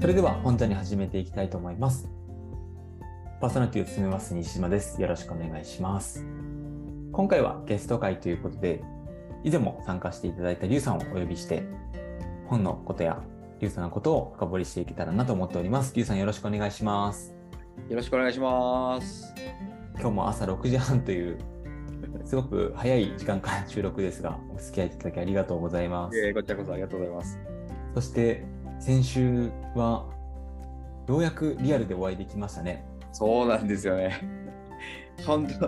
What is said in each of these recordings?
それでは本当に始めていきたいと思います。パーソナリティを務めます西島です。よろしくお願いします。今回はゲスト会ということで、以前も参加していただいたリュウさんをお呼びして、本のことやリュウさんのことを深掘りしていけたらなと思っております。リュウさんよろしくお願いします。 よろしくお願いします。 今日も朝6時半というすごく早い時間から収録ですが、お付き合いいただきありがとうございます。 こちらこそありがとうございます。 そして先週はようやくリアルでお会いできましたね。 そうなんですよね。本当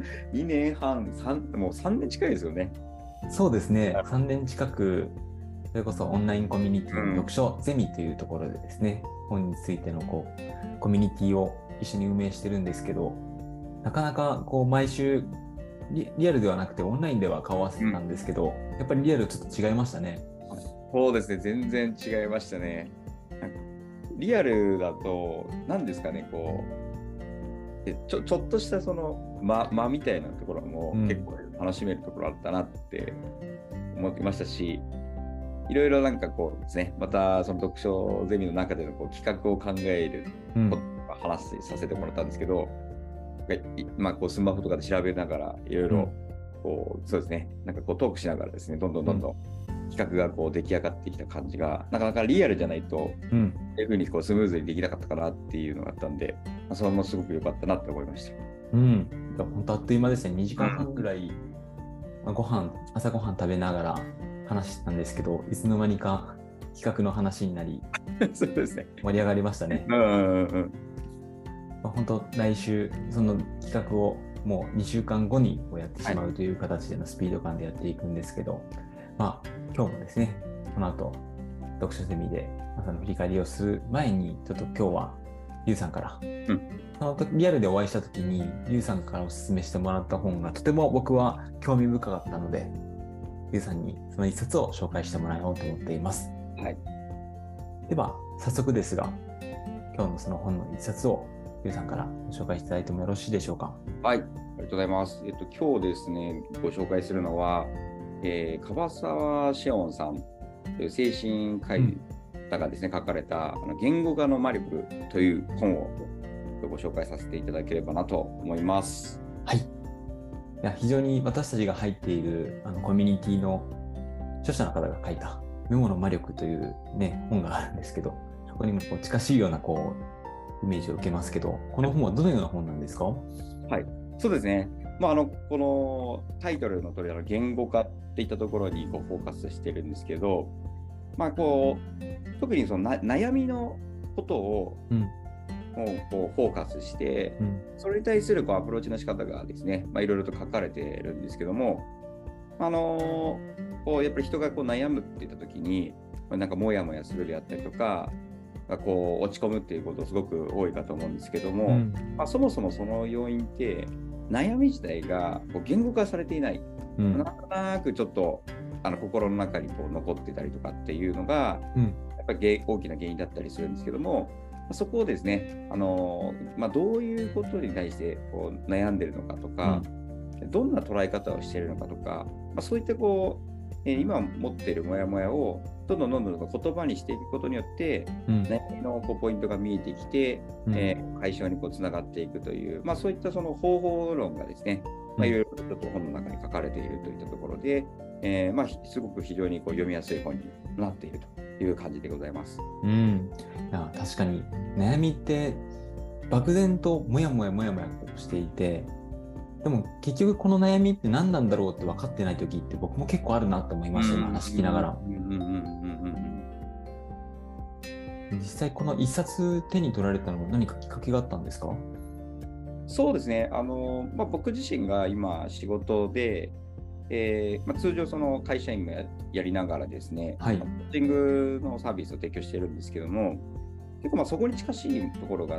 2年半、もう3年近いですよね。 そうですね、3年近く、それこそオンラインコミュニティ、読書ゼミというところでですね、本についてのコミュニティを一緒に運営してるんですけど、なかなか毎週リアルではなくてオンラインでは顔合わせてたんですけど、やっぱりリアルちょっと違いましたね。 そうですね、全然違いましたね。リアルだと、何ですかね、ちょっとしたその間みたいなところも結構楽しめるところあったなって思ってましたし、いろいろなんかですね、またその読書ゼミの中での企画を考えることとか話させてもらったんですけど、スマホとかで調べながらいろいろそうですね、なんかトークしながらですね、どんどん企画が出来上がってきた感じが、なかなかリアルじゃないと、そういうふうにスムーズにできなかったかなっていうのがあったんで、それもすごく良かったなって思いました。 本当あっという間ですね。2時間半ぐらい、朝ごはん食べながら話してたんですけど、いつの間にか企画の話になり、 そうですね。 盛り上がりましたね。本当来週その企画をもう2週間後にやってしまうという形でのスピード感でやっていくんですけど、今日もですね、この後読書ゼミで朝の振り返りをする前に、ちょっと今日はリュウさんから、そのリアルでお会いした時にリュウさんからお勧めしてもらった本がとても僕は興味深かったので、リュウさんにその一冊を紹介してもらおうと思っています。では早速ですが、今日のその本の一冊をリュウさんからご紹介していただいてもよろしいでしょうか。 はい、ありがとうございます。今日ですね、ご紹介するのは、樺沢志音さんという精神科医方がですね、書かれた言語化の魔力という本をご紹介させていただければなと思います。 はい。いや、非常に私たちが入っているコミュニティの著者の方が書いたメモの魔力というね、本があるんですけど、そこにも近しいようなイメージを受けますけど、この本はどのような本なんですか？ はい、そうですね。このタイトルの通り言語化っていったところにフォーカスしてるんですけど、特にその悩みのことを、フォーカスして、それに対するアプローチの仕方がですね、いろいろと書かれているんですけども、やっぱり人が悩むっていったときに、なんかモヤモヤするであったりとか、落ち込むっていうことすごく多いかと思うんですけども、そもそもその要因って悩み自体が言語化されていない、なんとなくちょっと心の中に残ってたりとかっていうのが、やっぱり大きな原因だったりするんですけども、そこをですね、どういうことに対して悩んでるのかとか、どんな捉え方をしているのかとか、そういった今持っているモヤモヤをどんどん言葉にしていくことによって、悩みのポイントが見えてきて、解消につながっていくという、そういったその方法論がですね、いろいろとちょっと本の中に書かれているといったところで、すごく非常に読みやすい本になっているという感じでございます。 いや、確かに悩みって漠然ともやもやしていて、でも結局この悩みって何なんだろうって分かってない時って僕も結構あるなと思いました、今話聞きながら。実際この一冊手に取られたのも何かきっかけがあったんですか？ そうですね、僕自身が今仕事で、通常その会社員も やりながらですね、コーチングのサービスを提供してるんですけども、結構そこに近しいところがあって、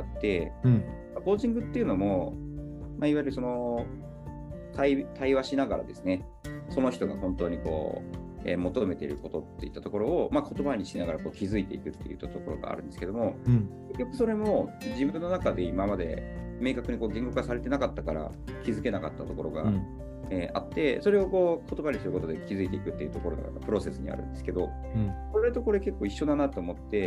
コーチングっていうのも、いわゆるその対話しながらですね、その人が本当に求めていることっていったところを、言葉にしながら気づいていくっていうところがあるんですけども、結局それも自分の中で今まで明確に言語化されてなかったから気づけなかったところが、あって、それを言葉にすることで気づいていくっていうところがプロセスにあるんですけど、これとこれ結構一緒だなと思って、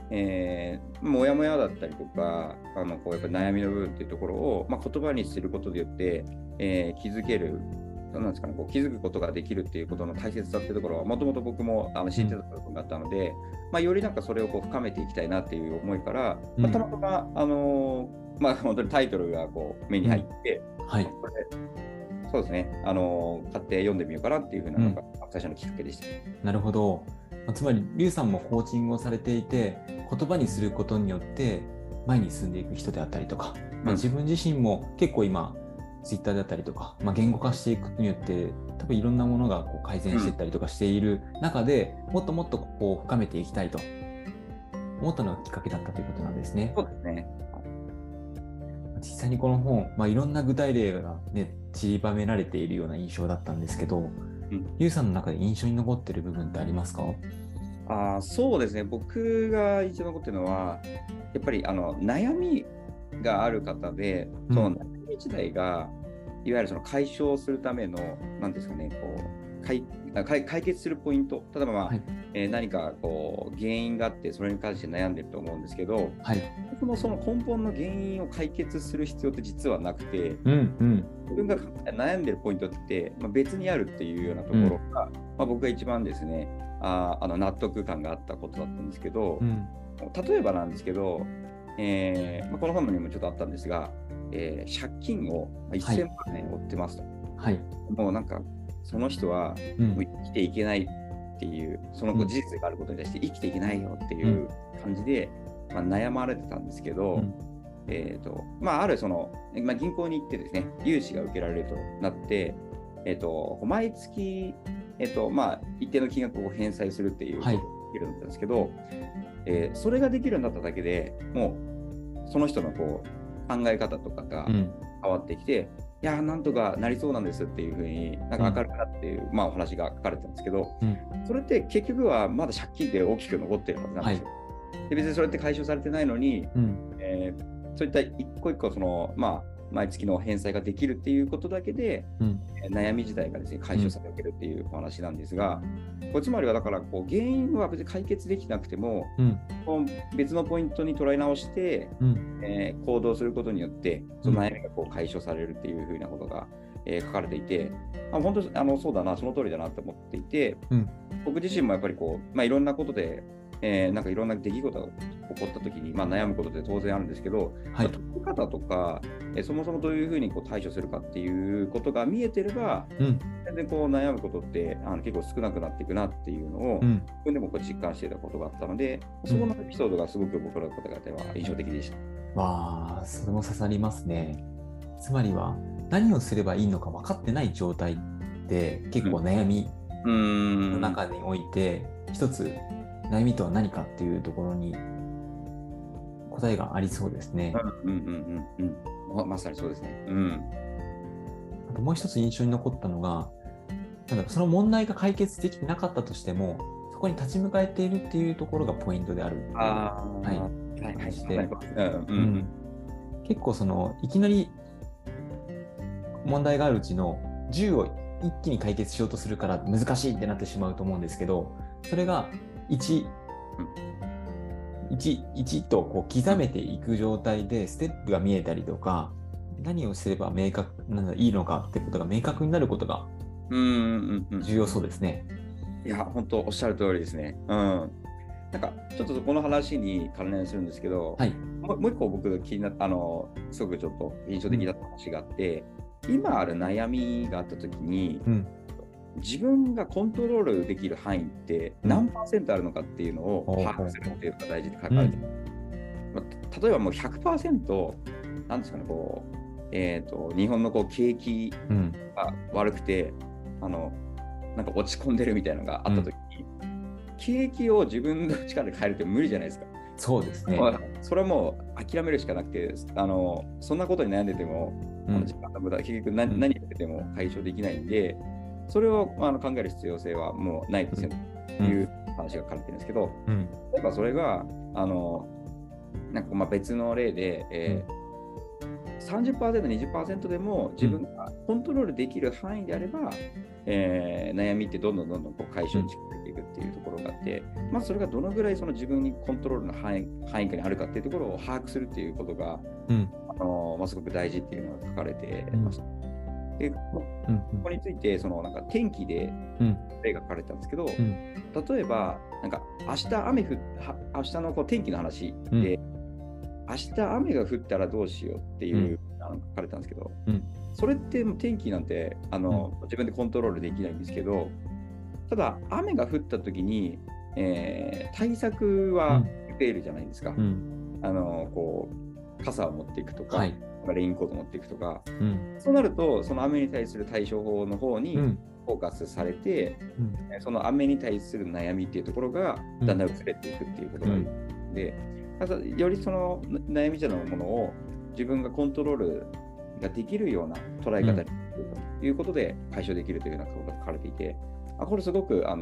もやもやだったりとか、こうやっぱ悩みの部分っていうところを、言葉にすることによって、気づける、なんですかね、こう気づくことができるっていうことの大切さっていうところは、もともと僕も知ってた部分があったので、よりなんかそれをこう深めていきたいなっていう思いから、たまたま、本当にタイトルがこう目に入って、 はい、 これそうですね、買って読んでみようかなっていうふうなのが最初のきっかけでした。 なるほど。つまり、リュウさんもコーチングをされていて、言葉にすることによって前に進んでいく人であったりとか、自分自身も結構今、ツイッターだったりとか、言語化していくことによって、多分いろんなものがこう改善していったりとかしている中で、もっともっとここを深めていきたいと思ったのがきっかけだったということなんですね。 そうですね。 実際にこの本、いろんな具体例が、散りばめられているような印象だったんですけど、リュウさんの中で印象に残っている部分ってありますか？ そうですね。僕が印象に残っているのは、やっぱり悩みがある方で、その悩み自体が、いわゆるその解消するための、なんですかね、こう解決するポイント、例えば、何かこう原因があって、それに関して悩んでると思うんですけど、僕もその根本の原因を解決する必要って実はなくて、自分が悩んでるポイントって、別にあるっていうようなところが、僕が一番ですね、納得感があったことだったんですけど、例えばなんですけど、この本にもちょっとあったんですが、借金を1000万円負ってますと。もうなんかその人はもう生きていけないっていう、その事実があることに対して生きていけないよっていう感じで、悩まれてたんですけど、あるその、銀行に行ってですね、融資が受けられるとなって、毎月、一定の金額を返済するっていうことができるんですけど、それができるようになっただけでもうその人のこう考え方とかが変わってきて、いやなんとかなりそうなんですっていうふうになんか明るくなっていう、お話が書かれてたんですけど、それって結局はまだ借金って大きく残ってるはずなんですよ。で別にそれって解消されてないのに、そういった一個一個その毎月の返済ができるっていうことだけで、悩み自体がですね解消されるっていうお話なんですが、つまりはだからこう原因は別に解決できなくても、別のポイントに捉え直して、行動することによってその悩みがこう解消されるっていうふうなことが、書かれていて、本当そうだな、その通りだなと思っていて、僕自身もやっぱりこう、いろんなことでなんかいろんな出来事が起こったときに、悩むことって当然あるんですけど、解き方とか、そもそもどういうふうにこう対処するかっていうことが見えてれば、全然こう悩むことって結構少なくなっていくなっていうのを、自分でもこう実感していたことがあったので、そこのエピソードがすごく僕の方々は印象的でした。 それも刺さりますね。つまりは何をすればいいのか分かってない状態って結構悩みの中において、一つ悩みとは何かっていうところに答えがありそうですね。 まさにそうですね。 あともう一つ印象に残ったのが、その問題が解決できてなかったとしても、そこに立ち向かえているっていうところがポイントであるっていう話で、結構そのいきなり問題があるうちの10を一気に解決しようとするから難しいってなってしまうと思うんですけど、それが1とこう刻めていく状態でステップが見えたりとか、何をすればいいのかってことが明確になることが重要そうですね。 いや本当おっしゃる通りですね。なんかちょっとこの話に関連するんですけど、もう一個僕気になったすごくちょっと印象的だった話があって、今ある悩みがあった時に、自分がコントロールできる範囲って何%あるのかっていうのを把握するっていうのが大事で書かれている。例えばもう 100% なんですかね、こう日本のこう景気が悪くて、なんか落ち込んでるみたいなのがあった時に、景気を自分の力で変えるって無理じゃないですか。 そうですね。 それはもう諦めるしかなくて、そんなことに悩んでても、時間の無駄、結局何やってても解消できないんで、それを考える必要性はもうないですよという話が書かれてるんですけど、例えばそれがなんか別の例で、30%、20% でも自分がコントロールできる範囲であれば、 悩みってどんどんこう解消に近づいていくっていうところがあって、まずそれがどのぐらいその自分にコントロールの範囲下にあるかっていうところを把握するっていうことが、すごく大事っていうのが書かれてました。で、ここについてなんか天気で例が書かれてたんですけど、例えばなんか明日のこう天気の話で、明日雨が降ったらどうしようっていう書かれたんですけど、それって天気なんて自分でコントロールできないんですけど、ただ雨が降った時に、対策は増えるじゃないですか。こう傘を持っていくとか、レインコート持っていくとか、そうなるとその雨に対する対処法の方にフォーカスされて、その雨に対する悩みっていうところがだんだん薄れていくっていうことがあるので、よりその悩みじゃないものを自分がコントロールができるような捉え方にするということで解消できるというようなことが書かれていて、これすごく発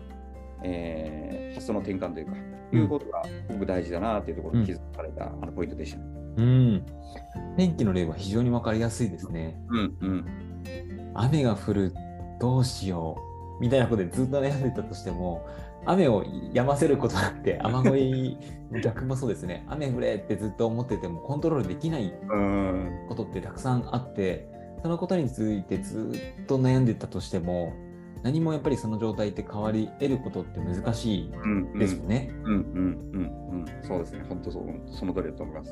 想の転換というか、いうことがすごく大事だなというところに気づかれたポイントでしたね。 天気の例は非常に分かりやすいですね。雨が降る、どうしようみたいなことでずっと悩んでたとしても、雨を止ませることなくて、雨乞い逆もそうですね、雨降れってずっと思っててもコントロールできないことってたくさんあって、そのことについてずっと悩んでたとしても、何もやっぱりその状態って変わり得ることって難しいですよね。 そうですね、本当その通りだと思います。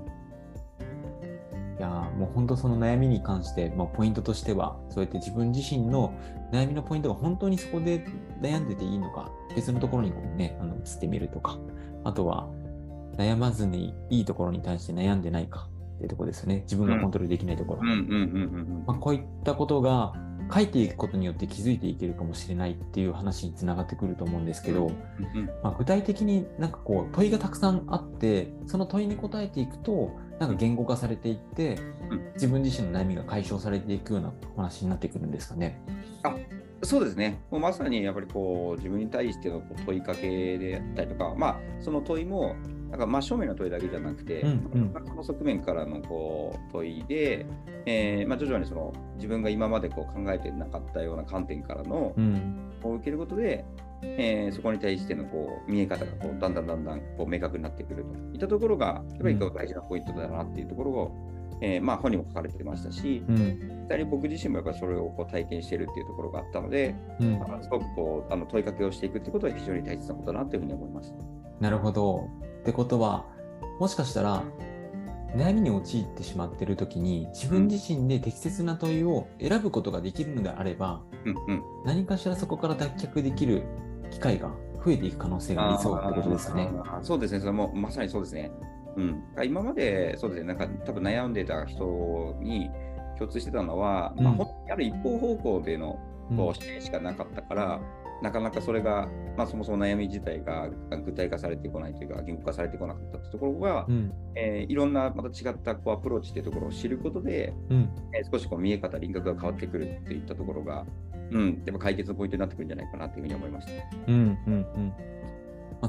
いやもう本当その悩みに関して、ポイントとしては、そうやって自分自身の悩みのポイントが本当にそこで悩んでていいのか、別のところにこうね、移ってみるとか、あとは悩まずにいいところに対して悩んでないかっていうところですよね。自分がコントロールできないところ。こういったことが書いていくことによって気づいていけるかもしれないっていう話につながってくると思うんですけど、具体的になんかこう問いがたくさんあって、その問いに答えていくとなんか言語化されていって、自分自身の悩みが解消されていくようなお話になってくるんですかね。 そうですね。もうまさにやっぱりこう自分に対しての問いかけであったりとか、その問いもなんか真正面の問いだけじゃなくて、その側面からのこう問いで、徐々にその自分が今までこう考えてなかったような観点からのを受けることで、そこに対してのこう見え方がこうだんだんこう明確になってくるといったところがやっぱり大事なポイントだなっていうところを、本にも書かれてましたし、僕自身もやっぱりそれをこう体験しているっていうところがあったので、すごくこう問いかけをしていくってことは非常に大切なことだなというふうに思います。 なるほど。ってことは、もしかしたら悩みに陥ってしまっているときに自分自身で適切な問いを選ぶことができるのであれば、何かしらそこから脱却できる機会が増えていく可能性がありそうってことですかね。 そうですね。それもまさにそうですね。今までそうですね、なんか多分悩んでた人に共通してたのは、本当にある一方方向でのこう視点しかなかったから、なかなかそれが、そもそも悩み自体が具体化されてこないというか、言語化されてこなかったというところが、いろんなまた違ったこうアプローチというところを知ることで、少しこう見え方、輪郭が変わってくるっていったところが、やっぱ解決のポイントになってくるんじゃないかなというふうに思いました。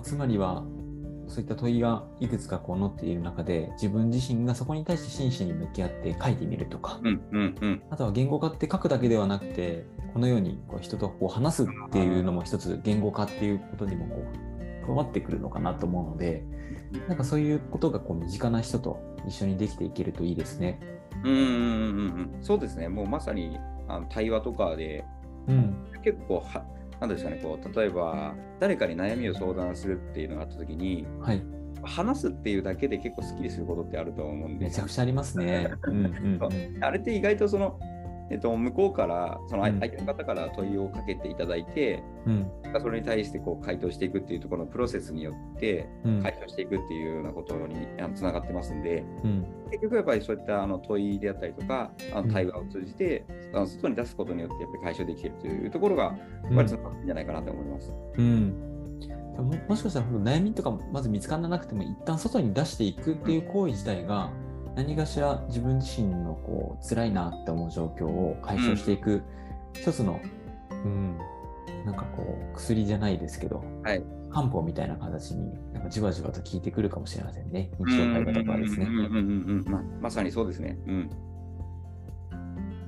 つまりは、そういった問いがいくつかこう載っている中で、自分自身がそこに対して真摯に向き合って書いてみるとか、あとは言語化って書くだけではなくて、このようにこう人とこう話すっていうのも一つ言語化っていうことにもこう加わってくるのかなと思うので、なんかそういうことがこう身近な人と一緒にできていけるといいですね。 そうですね。もうまさに対話とかで、結構なんですかね、こう例えば誰かに悩みを相談するっていうのがあったときに、話すっていうだけで結構スッキリすることってあると思うんで、 めちゃくちゃありますね。 あれって意外とその、向こうからその相手の方から問いをかけていただいて、それに対してこう回答していくっていうところのプロセスによって解消していくっていうようなことにつながってますんで、結局やっぱりそういった問いであったりとか対話を通じて外に出すことによってやっぱり解消できているというところがやっぱりつながってるんじゃないかなと思います。 もしかしたら悩みとかまず見つからなくても一旦外に出していくっていう行為自体が何かしら自分自身のこう辛いなって思う状況を解消していく一つの、なんかこう薬じゃないですけど、漢方みたいな形になんかじわじわと効いてくるかもしれませんね。日常会話とかですね。 まさにそうですね。い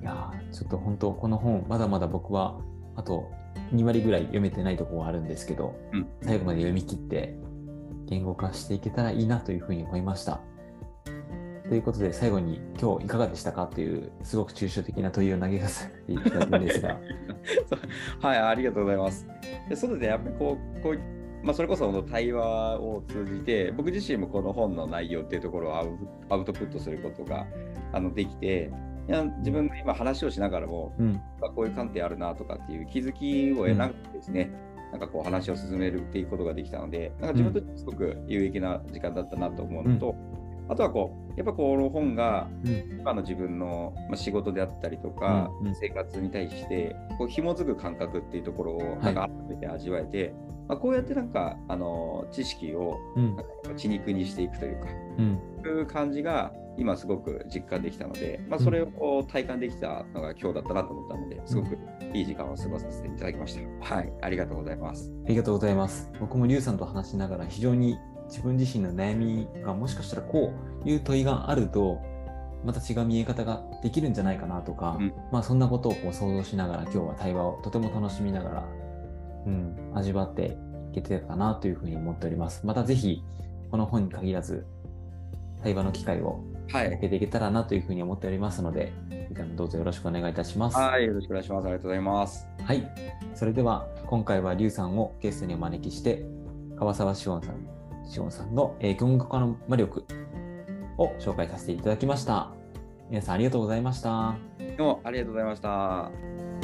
やちょっと本当この本まだまだ僕はあと2割ぐらい読めてないところはあるんですけど、最後まで読み切って言語化していけたらいいなというふうに思いました。ということで最後に今日いかがでしたかというすごく抽象的な問いを投げかせていただくんですがはい、ありがとうございます。でそうでやっぱりこうそれこそ対話を通じて僕自身もこの本の内容っていうところをアウトプットすることができて、いや自分が今話をしながらも、こういう観点あるなとかっていう気づきを得なくてですね、なんかこう話を進めるっていうことができたので、なんか自分としてすごく有益な時間だったなと思うのと、あとはやっぱこの本が今の自分の仕事であったりとか、生活に対して紐づく感覚っていうところをなんか改めて味わえて、こうやってなんか知識を血肉にしていくというか、そういう感じが今すごく実感できたので、それを体感できたのが今日だったなと思ったので、すごくいい時間を過ごさせていただきました。はい、ありがとうございます。 ありがとうございます。僕もリュウさんと話しながら非常に自分自身の悩みがもしかしたらこういう問いがあるとまた違う見え方ができるんじゃないかなとか、そんなことを想像しながら今日は対話をとても楽しみながら、味わっていけてたかなというふうに思っております。またぜひこの本に限らず対話の機会を設けていけたらなというふうに思っておりますので、どうぞよろしくお願いいたします。 はい、よろしくお願いします。ありがとうございます。 はい、それでは今回はリュウさんをゲストにお招きして川沢志音さんの言語化の魔力を紹介させていただきました。皆さんありがとうございました。 どうもありがとうございました。